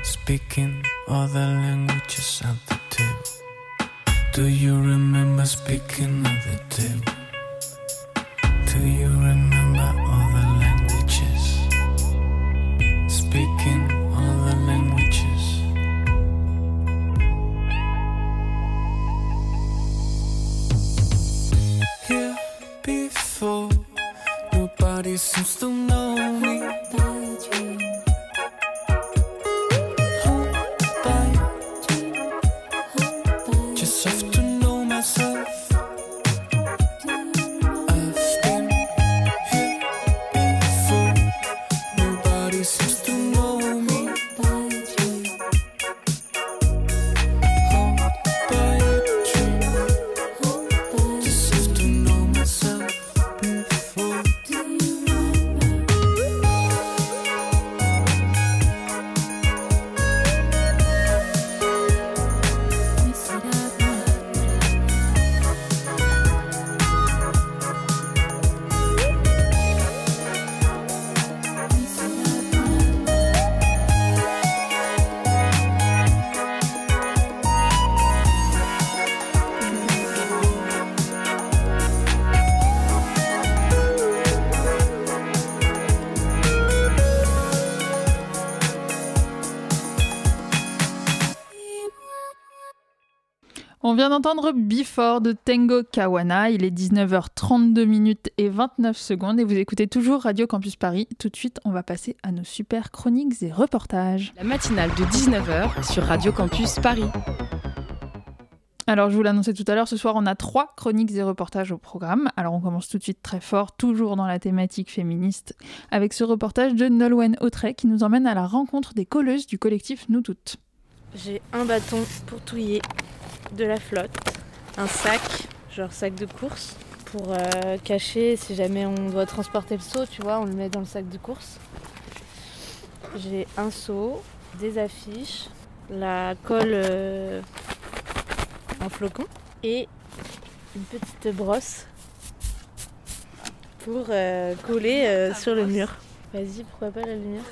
speaking all the languages at the table? Do you remember speaking at the table? Do you remember all the languages? Speaking all the languages. Here before, nobody seems to know me. Just have to know myself. I've been here before. Nobody seems to know me. Hold by a dream. Just have to know myself before. On vient d'entendre Before de Tengo Kawana, il est dix-neuf heures trente-deux minutes et vingt-neuf secondes et vous écoutez toujours Radio Campus Paris. Tout de suite, on va passer à nos super chroniques et reportages. La matinale de dix-neuf heures sur Radio Campus Paris. Alors je vous l'annonçais tout à l'heure, ce soir on a trois chroniques et reportages au programme. Alors on commence tout de suite très fort, toujours dans la thématique féministe, avec ce reportage de Nolwenn Autray qui nous emmène à la rencontre des colleuses du collectif Nous Toutes. J'ai un bâton pour touiller, de la flotte, un sac, genre sac de course, pour euh, cacher si jamais on doit transporter le seau, tu vois, on le met dans le sac de course. J'ai un seau, des affiches, la colle euh, en flocon et une petite brosse pour euh, coller euh, sur le mur. Vas-y, pourquoi pas la lumière?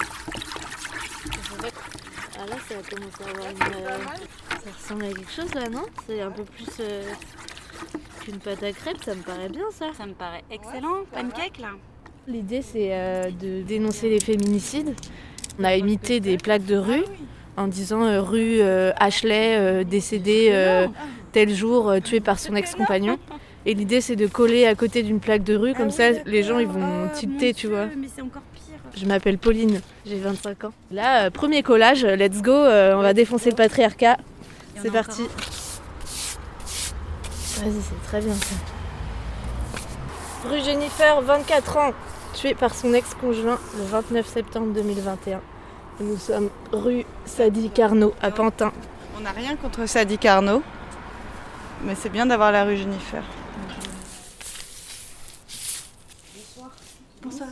Ah là, ça va commencer à avoir une... Euh, ça ressemble à quelque chose là, non? C'est un peu plus euh, qu'une pâte à crêpes, ça me paraît bien ça. Ça me paraît excellent, pancake là. L'idée c'est euh, de dénoncer les féminicides. On a imité des plaques de rue en disant euh, rue euh, Ashley, euh, décédée euh, tel jour, euh, tuée par son ex-compagnon. Et l'idée c'est de coller à côté d'une plaque de rue, comme ça les gens ils vont tilter, tu vois. Mais c'est encore pire. Je m'appelle Pauline, j'ai vingt-cinq ans. Là, euh, premier collage, let's go, euh, on va défoncer le patriarcat. C'est parti. Vas-y, c'est très bien ça. Rue Jennifer, vingt-quatre ans, tuée par son ex-conjoint le vingt-neuf septembre deux mille vingt et un. Et nous sommes rue Sadi Carnot à Pantin. On n'a rien contre Sadi Carnot, mais c'est bien d'avoir la rue Jennifer. Bonsoir. Bonsoir.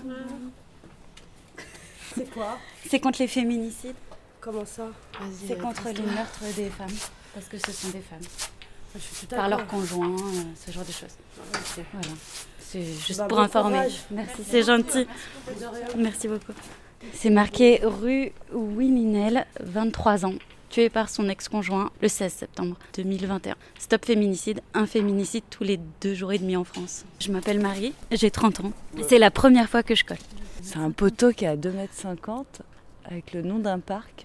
C'est quoi? C'est contre les féminicides. Comment ça? C'est contre les meurtres des femmes, parce que ce sont des femmes. Par leurs conjoints, euh, ce genre de choses. Okay. Voilà. C'est juste bah, pour bon informer. Courage. Merci, c'est gentil. Merci beaucoup. C'est marqué rue Wiminel, vingt-trois ans, tué par son ex-conjoint le seize septembre deux mille vingt et un. Stop féminicide, un féminicide tous les deux jours et demi en France. Je m'appelle Marie, j'ai trente ans. C'est la première fois que je colle. C'est un poteau qui est à deux mètres cinquante avec le nom d'un parc.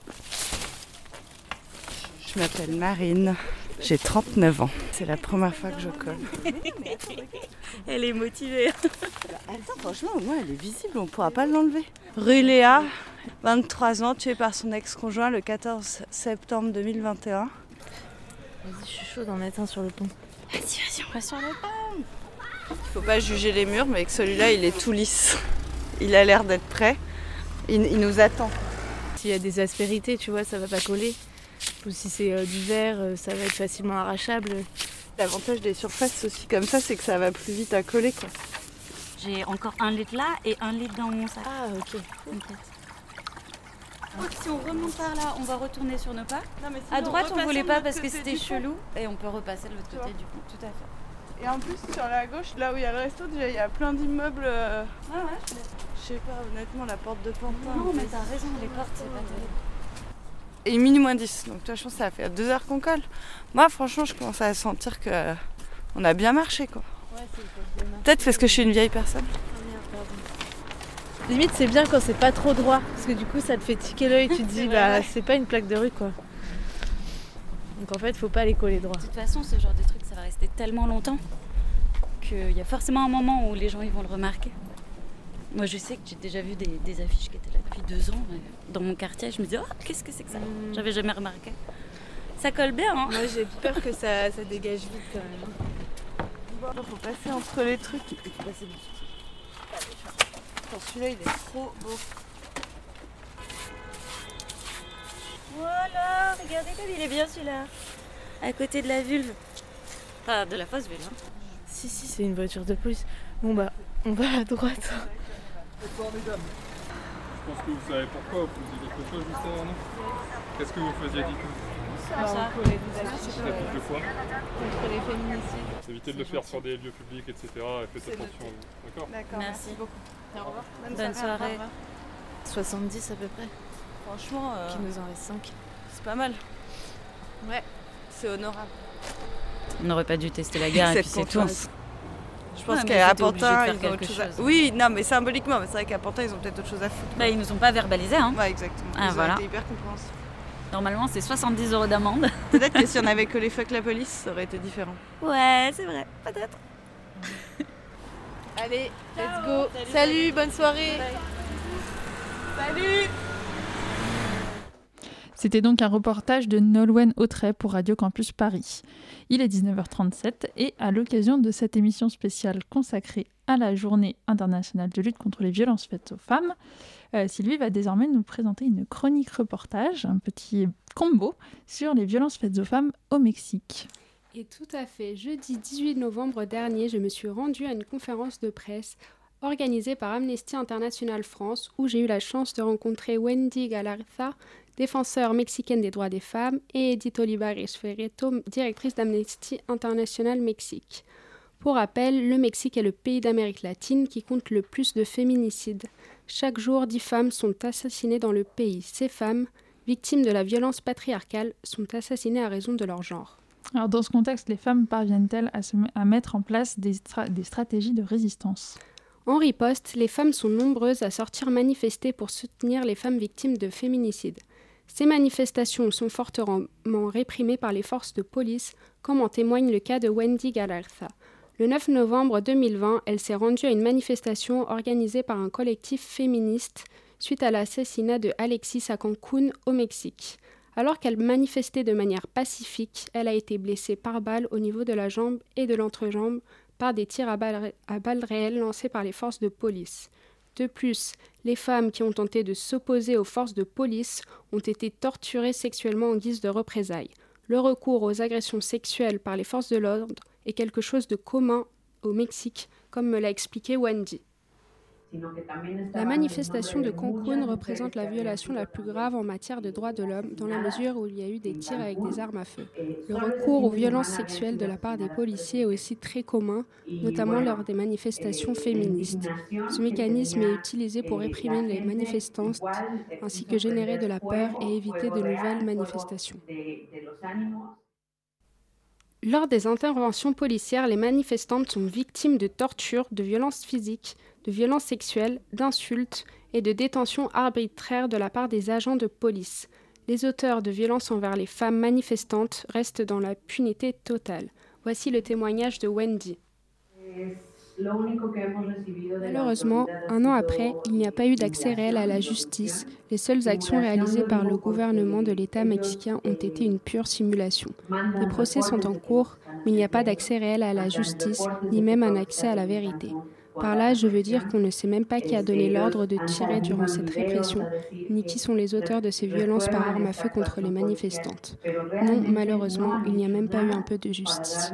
Je m'appelle Marine, j'ai trente-neuf ans. C'est la première fois que je colle. Elle est motivée. Attends, franchement, au moins elle est visible, on ne pourra pas l'enlever. Rue Léa, vingt-trois ans, tuée par son ex-conjoint le quatorze septembre deux mille vingt et un. Vas-y, je suis chaude d'en mettre un sur le pont. Vas-y, vas-y, on va sur le pont. Il faut pas juger les murs, mais avec celui-là, il est tout lisse. Il a l'air d'être prêt. Il, il nous attend. S'il y a des aspérités, tu vois, ça va pas coller. Ou si c'est euh, du verre, euh, ça va être facilement arrachable. L'avantage des surfaces aussi comme ça, c'est que ça va plus vite à coller, quoi. J'ai encore un litre là et un litre dans mon sac. Ah, ok. Okay. Si on remonte par là, on va retourner sur nos pas. Non, mais à droite, on voulait pas parce que c'était chelou. Et on peut repasser de l'autre côté du pont. Tout à fait. Et en plus, sur la gauche, là où il y a le resto, déjà, il y a plein d'immeubles. Euh... Ah ouais. Je sais pas, honnêtement, la porte de Pantin. Non, mais t'as raison, les portes, c'est pas terrible. et minuit moins dix. Donc toi, je pense que ça fait deux heures qu'on colle. Moi, franchement, je commence à sentir qu'on a bien marché, quoi. Ouais, c'est le Peut-être parce que je suis une vieille personne. Limite, c'est bien quand c'est pas trop droit, parce que du coup, ça te fait tiquer l'œil. Tu te dis, bah, c'est pas une plaque de rue, quoi. Donc en fait, faut pas les coller droit. De toute façon, ce genre de truc, ça va rester tellement longtemps qu'il y a forcément un moment où les gens ils vont le remarquer. Moi, je sais que j'ai déjà vu des, des affiches qui étaient là depuis deux ans dans mon quartier. Je me dis, oh, qu'est-ce que c'est que ça ? mmh. J'avais jamais remarqué. Ça colle bien, hein ? Moi, j'ai peur que ça, ça dégage vite quand même. Bon, faut passer entre les trucs. Il faut passer dessus. Attends, celui-là, il est trop beau. Voilà, regardez comme il est bien celui-là. À côté de la vulve. Enfin, de la fausse vulve. Hein. Si, si, c'est une voiture de police. Bon, bah, on va à droite. Bonsoir, mesdames. Je pense que vous savez pourquoi vous faisiez quelque chose juste avant, non ? Qu'est-ce que vous faisiez du coup ? Ça, ça. Pour les affiches euh, de quoi ? Contre les féminicides. Évitez de le faire sur des lieux publics, et cetera. Et faites attention à vous. D'accord ? D'accord, merci, merci beaucoup. Au revoir. Bonne, Bonne soirée. soirée. soixante-dix à peu près. Franchement, euh, qui nous en reste cinq. C'est pas mal. Ouais. C'est honorable. On n'aurait pas dû tester la gare et puis c'est tout. Je pense ouais, qu'à Pantin, ils ont autre chose. À... Oui, non, mais symboliquement, mais c'est vrai qu'à Pantin, ils ont peut-être autre chose à foutre. Bah, ils nous ont pas verbalisé, hein. Ouais, exactement. Ah, ils voilà. ont été hyper compréhensifs. Normalement, c'est soixante-dix euros d'amende. Peut-être que si on avait collé fuck la police, ça aurait été différent. Ouais, c'est vrai, peut-être. Allez, let's go. Salut, Salut bonne soirée. Salut. C'était donc un reportage de Nolwenn Autray pour Radio Campus Paris. Il est dix-neuf heures trente-sept et à l'occasion de cette émission spéciale consacrée à la Journée internationale de lutte contre les violences faites aux femmes, euh, Sylvie va désormais nous présenter une chronique reportage, un petit combo sur les violences faites aux femmes au Mexique. Et tout à fait, jeudi dix-huit novembre dernier, je me suis rendue à une conférence de presse organisée par Amnesty International France où j'ai eu la chance de rencontrer Wendy Galarza, défenseur mexicaine des droits des femmes, et Edith Olivares Ferreto, directrice d'Amnesty International Mexique. Pour rappel, le Mexique est le pays d'Amérique latine qui compte le plus de féminicides. Chaque jour, dix femmes sont assassinées dans le pays. Ces femmes, victimes de la violence patriarcale, sont assassinées à raison de leur genre. Alors dans ce contexte, les femmes parviennent-elles à, se, à mettre en place des, stra- des stratégies de résistance ? En riposte, les femmes sont nombreuses à sortir manifester pour soutenir les femmes victimes de féminicides. Ces manifestations sont fortement réprimées par les forces de police, comme en témoigne le cas de Wendy Galarza. Le neuf novembre deux mille vingt, elle s'est rendue à une manifestation organisée par un collectif féministe suite à l'assassinat de Alexis à Cancún, au Mexique. Alors qu'elle manifestait de manière pacifique, elle a été blessée par balle au niveau de la jambe et de l'entrejambe par des tirs à balles, à balles réelles lancés par les forces de police. De plus, les femmes qui ont tenté de s'opposer aux forces de police ont été torturées sexuellement en guise de représailles. Le recours aux agressions sexuelles par les forces de l'ordre est quelque chose de commun au Mexique, comme me l'a expliqué Wendy. La manifestation de Cancún représente la violation la plus grave en matière de droits de l'homme, dans la mesure où il y a eu des tirs avec des armes à feu. Le recours aux violences sexuelles de la part des policiers est aussi très commun, notamment lors des manifestations féministes. Ce mécanisme est utilisé pour réprimer les manifestants, ainsi que générer de la peur et éviter de nouvelles manifestations. Lors des interventions policières, les manifestantes sont victimes de tortures, de violences physiques, de violences sexuelles, d'insultes et de détentions arbitraires de la part des agents de police. Les auteurs de violences envers les femmes manifestantes restent dans la impunité totale. Voici le témoignage de Wendy. Malheureusement, un an après, il n'y a pas eu d'accès réel à la justice. Les seules actions réalisées par le gouvernement de l'État mexicain ont été une pure simulation. Les procès sont en cours, mais il n'y a pas d'accès réel à la justice, ni même un accès à la vérité. Par là, je veux dire qu'on ne sait même pas qui a donné l'ordre de tirer durant cette répression, ni qui sont les auteurs de ces violences par arme à feu contre les manifestantes. Non, malheureusement, il n'y a même pas eu un peu de justice.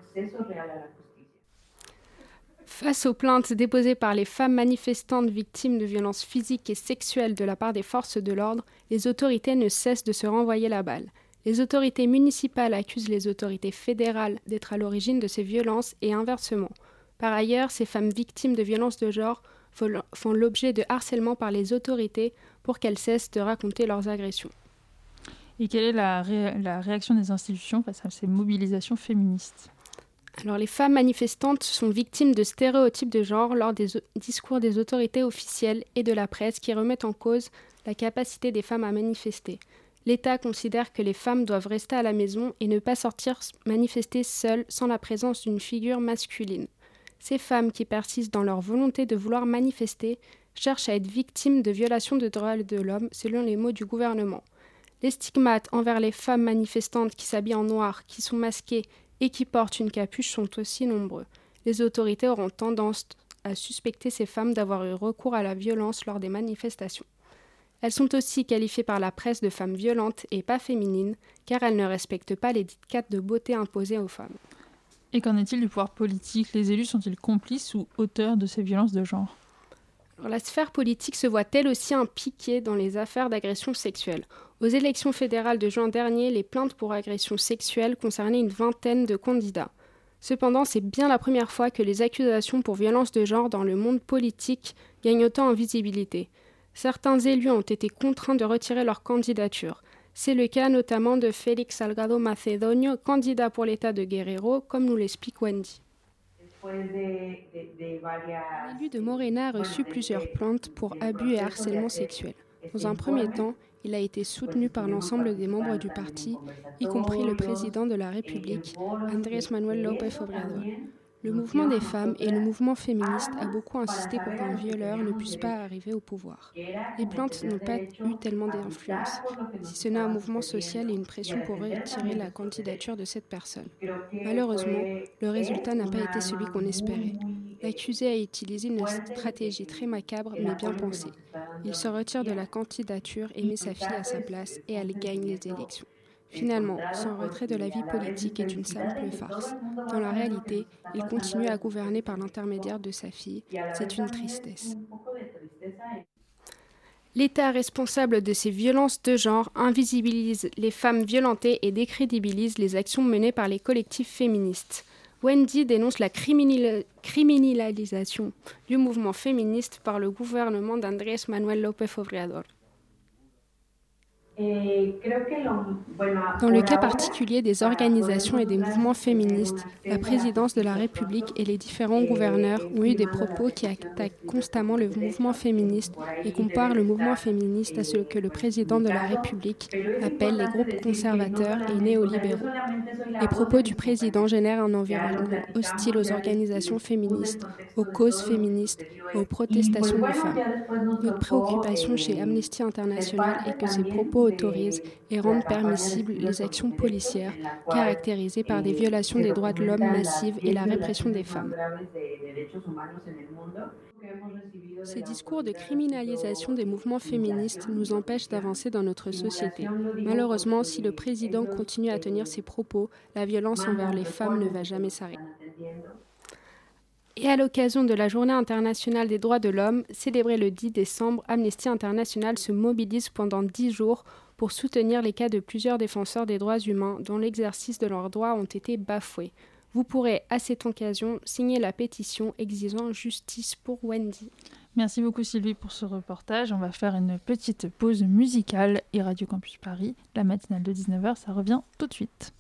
Face aux plaintes déposées par les femmes manifestantes victimes de violences physiques et sexuelles de la part des forces de l'ordre, les autorités ne cessent de se renvoyer la balle. Les autorités municipales accusent les autorités fédérales d'être à l'origine de ces violences et inversement. Par ailleurs, ces femmes victimes de violences de genre font l'objet de harcèlement par les autorités pour qu'elles cessent de raconter leurs agressions. Et quelle est la, ré- la réaction des institutions face à ces mobilisations féministes ? Alors, les femmes manifestantes sont victimes de stéréotypes de genre lors des o- discours des autorités officielles et de la presse qui remettent en cause la capacité des femmes à manifester. L'État considère que les femmes doivent rester à la maison et ne pas sortir manifester seules sans la présence d'une figure masculine. Ces femmes qui persistent dans leur volonté de vouloir manifester cherchent à être victimes de violations de droits de l'homme selon les mots du gouvernement. Les stigmates envers les femmes manifestantes qui s'habillent en noir, qui sont masquées et qui portent une capuche sont aussi nombreux. Les autorités auront tendance à suspecter ces femmes d'avoir eu recours à la violence lors des manifestations. Elles sont aussi qualifiées par la presse de femmes violentes et pas féminines, car elles ne respectent pas les dictats de beauté imposés aux femmes. Et qu'en est-il du pouvoir politique ? Les élus sont-ils complices ou auteurs de ces violences de genre ? Alors, la sphère politique se voit elle aussi impliquée dans les affaires d'agression sexuelle. Aux élections fédérales de juin dernier, les plaintes pour agression sexuelle concernaient une vingtaine de candidats. Cependant, c'est bien la première fois que les accusations pour violence de genre dans le monde politique gagnent autant en visibilité. Certains élus ont été contraints de retirer leur candidature. C'est le cas notamment de Félix Salgado Macedonio, candidat pour l'État de Guerrero, comme nous l'explique Wendy. L'élu de Morena a reçu plusieurs plaintes pour abus et harcèlement sexuel. Dans un premier temps, il a été soutenu par l'ensemble des membres du parti, y compris le président de la République, Andrés Manuel López Obrador. Le mouvement des femmes et le mouvement féministe a beaucoup insisté pour qu'un violeur ne puisse pas arriver au pouvoir. Les plaintes n'ont pas eu tellement d'influence, si ce n'est un mouvement social et une pression pour retirer la candidature de cette personne. Malheureusement, le résultat n'a pas été celui qu'on espérait. L'accusé a utilisé une stratégie très macabre mais bien pensée. Il se retire de la candidature et met sa fille à sa place et elle gagne les élections. Finalement, son retrait de la vie politique est une simple farce. Dans la réalité, il continue à gouverner par l'intermédiaire de sa fille. C'est une tristesse. L'État responsable de ces violences de genre invisibilise les femmes violentées et décrédibilise les actions menées par les collectifs féministes. Wendy dénonce la criminal- criminalisation du mouvement féministe par le gouvernement d'Andrés Manuel López Obrador. Dans le cas particulier des organisations et des mouvements féministes, la présidence de la République et les différents gouverneurs ont eu des propos qui attaquent constamment le mouvement féministe et comparent le mouvement féministe à ce que le président de la République appelle les groupes conservateurs et néolibéraux. Les propos du président génèrent un environnement hostile aux organisations féministes, aux causes féministes et aux protestations de femmes. Notre préoccupation chez Amnesty International est que ces propos autorisent et rendent permissibles les actions policières caractérisées par des violations des droits de l'homme massives et la répression des femmes. Ces discours de criminalisation des mouvements féministes nous empêchent d'avancer dans notre société. Malheureusement, si le président continue à tenir ses propos, la violence envers les femmes ne va jamais s'arrêter. Et à l'occasion de la Journée internationale des droits de l'homme, célébrée le dix décembre, Amnesty International se mobilise pendant dix jours pour soutenir les cas de plusieurs défenseurs des droits humains dont l'exercice de leurs droits ont été bafoués. Vous pourrez, à cette occasion, signer la pétition exigeant justice pour Wendy. Merci beaucoup Sylvie pour ce reportage. On va faire une petite pause musicale et Radio Campus Paris, la matinale de dix-neuf heures, ça revient tout de suite.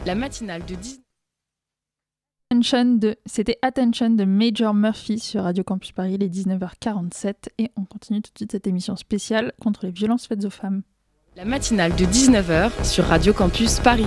La matinale de dix... Attention de... C'était Attention de Major Murphy sur Radio Campus Paris, il est dix-neuf heures quarante-sept et on continue tout de suite cette émission spéciale contre les violences faites aux femmes. La matinale de dix-neuf heures sur Radio Campus Paris.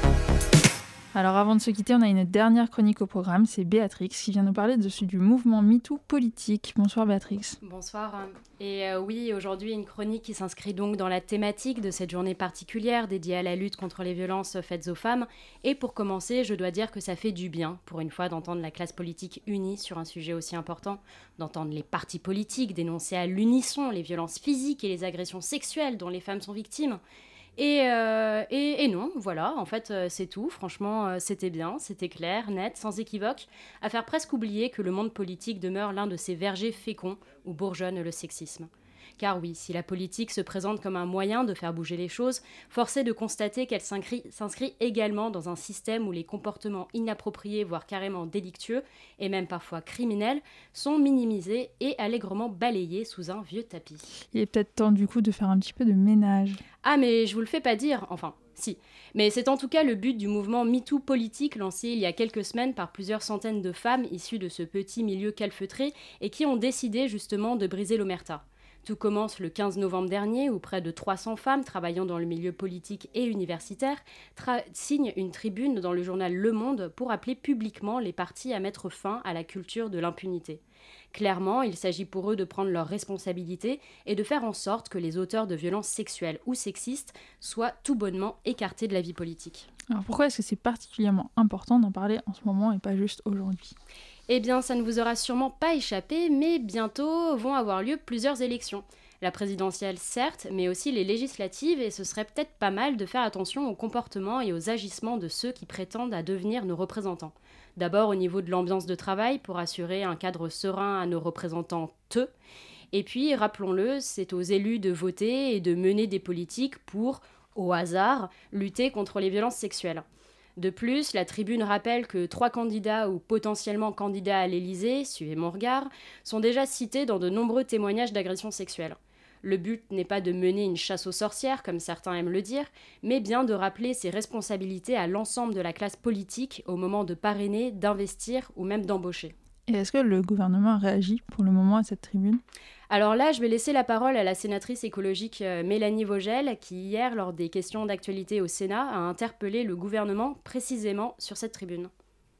Alors avant de se quitter, on a une dernière chronique au programme, c'est Béatrix qui vient nous parler de, du mouvement MeToo politique. Bonsoir Béatrix. Bonsoir. Et euh, oui, aujourd'hui une chronique qui s'inscrit donc dans la thématique de cette journée particulière dédiée à la lutte contre les violences faites aux femmes. Et pour commencer, je dois dire que ça fait du bien, pour une fois, d'entendre la classe politique unie sur un sujet aussi important, d'entendre les partis politiques dénoncer à l'unisson les violences physiques et les agressions sexuelles dont les femmes sont victimes. Et, euh, et, et non, voilà, en fait, euh, c'est tout. Franchement, euh, c'était bien, c'était clair, net, sans équivoque, à faire presque oublier que le monde politique demeure l'un de ces vergers féconds où bourgeonne le sexisme. Car oui, si la politique se présente comme un moyen de faire bouger les choses, force est de constater qu'elle s'inscrit, s'inscrit également dans un système où les comportements inappropriés, voire carrément délictueux, et même parfois criminels, sont minimisés et allègrement balayés sous un vieux tapis. Il est peut-être temps du coup de faire un petit peu de ménage. Ah mais je vous le fais pas dire, enfin... Si, mais c'est en tout cas le but du mouvement MeToo politique lancé il y a quelques semaines par plusieurs centaines de femmes issues de ce petit milieu calfeutré et qui ont décidé justement de briser l'omerta. Tout commence le quinze novembre dernier où près de trois cents femmes travaillant dans le milieu politique et universitaire tra- signent une tribune dans le journal Le Monde pour appeler publiquement les partis à mettre fin à la culture de l'impunité. Clairement, il s'agit pour eux de prendre leurs responsabilités et de faire en sorte que les auteurs de violences sexuelles ou sexistes soient tout bonnement écartés de la vie politique. Alors pourquoi est-ce que c'est particulièrement important d'en parler en ce moment et pas juste aujourd'hui ? Eh bien, ça ne vous aura sûrement pas échappé, mais bientôt vont avoir lieu plusieurs élections. La présidentielle, certes, mais aussi les législatives, et ce serait peut-être pas mal de faire attention aux comportements et aux agissements de ceux qui prétendent à devenir nos représentants. D'abord au niveau de l'ambiance de travail, pour assurer un cadre serein à nos représentantes. Et puis, rappelons-le, c'est aux élus de voter et de mener des politiques pour, au hasard, lutter contre les violences sexuelles. De plus, la tribune rappelle que trois candidats ou potentiellement candidats à l'Élysée, suivez mon regard, sont déjà cités dans de nombreux témoignages d'agressions sexuelles. Le but n'est pas de mener une chasse aux sorcières, comme certains aiment le dire, mais bien de rappeler ses responsabilités à l'ensemble de la classe politique au moment de parrainer, d'investir ou même d'embaucher. Et est-ce que le gouvernement a réagi pour le moment à cette tribune ? Alors là, je vais laisser la parole à la sénatrice écologique Mélanie Vogel, qui hier, lors des questions d'actualité au Sénat, a interpellé le gouvernement précisément sur cette tribune.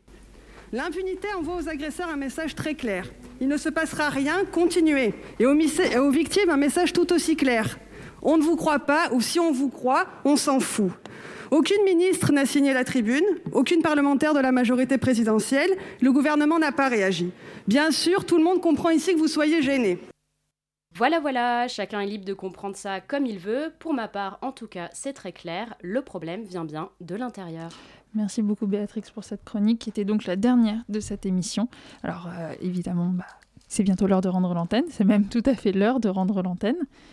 L'impunité envoie aux agresseurs un message très clair. Il ne se passera rien, continuez. Et aux, mis- et aux victimes, un message tout aussi clair. On ne vous croit pas, ou si on vous croit, on s'en fout. Aucune ministre n'a signé la tribune, aucune parlementaire de la majorité présidentielle, le gouvernement n'a pas réagi. Bien sûr, tout le monde comprend ici que vous soyez gênés. Voilà, voilà, chacun est libre de comprendre ça comme il veut. Pour ma part, en tout cas, c'est très clair, le problème vient bien de l'intérieur. Merci beaucoup Béatrix pour cette chronique qui était donc la dernière de cette émission. Alors euh, évidemment, bah, c'est bientôt l'heure de rendre l'antenne, c'est même tout à fait l'heure de rendre l'antenne.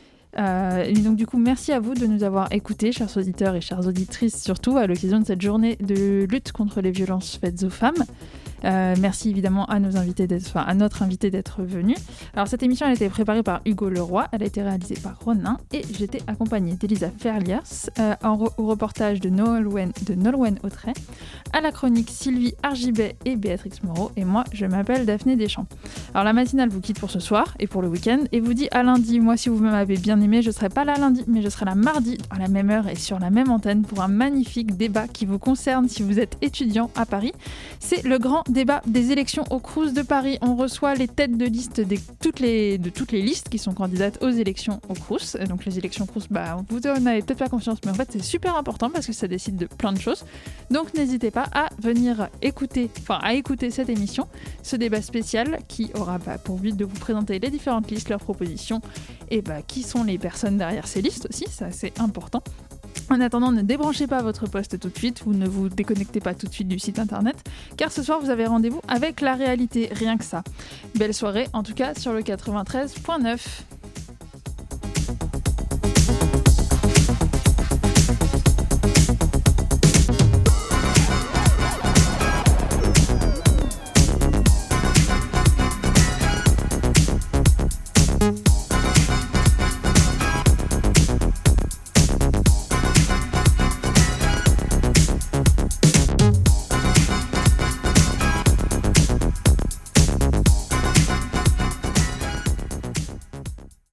Euh, et donc du coup, merci à vous de nous avoir écoutés, chers auditeurs et chères auditrices, surtout à l'occasion de cette journée de lutte contre les violences faites aux femmes. Euh, merci évidemment à nos invités d'être, enfin, à notre invité d'être venu. Alors cette émission elle a été préparée par Hugo Leroy, elle a été réalisée par Ronin et j'étais accompagnée d'Elisa Ferliers, euh, en re- au reportage de Nolwenn, de Nolwenn Autray, à la chronique Sylvie Argibet et Béatrix Moreau, et moi je m'appelle Daphné Deschamps. Alors la matinale vous quitte pour ce soir et pour le week-end et vous dit à lundi. Moi si vous m'avez bien aimé, je serai pas là lundi mais je serai là mardi à la même heure et sur la même antenne pour un magnifique débat qui vous concerne si vous êtes étudiant à Paris. C'est le grand débat des élections au Crous de Paris. On reçoit les têtes de liste des, toutes les, de toutes les listes qui sont candidates aux élections au Crous. Donc les élections Crous, bah, vous n'avez peut-être pas confiance, mais en fait c'est super important parce que ça décide de plein de choses. Donc n'hésitez pas à venir écouter, enfin à écouter cette émission, ce débat spécial qui aura bah, pour but de vous présenter les différentes listes, leurs propositions et bah, qui sont les personnes derrière ces listes aussi, ça c'est important. En attendant, ne débranchez pas votre poste tout de suite ou ne vous déconnectez pas tout de suite du site internet, car ce soir vous avez rendez-vous avec la réalité, rien que ça. Belle soirée, en tout cas sur le quatre-vingt-treize neuf.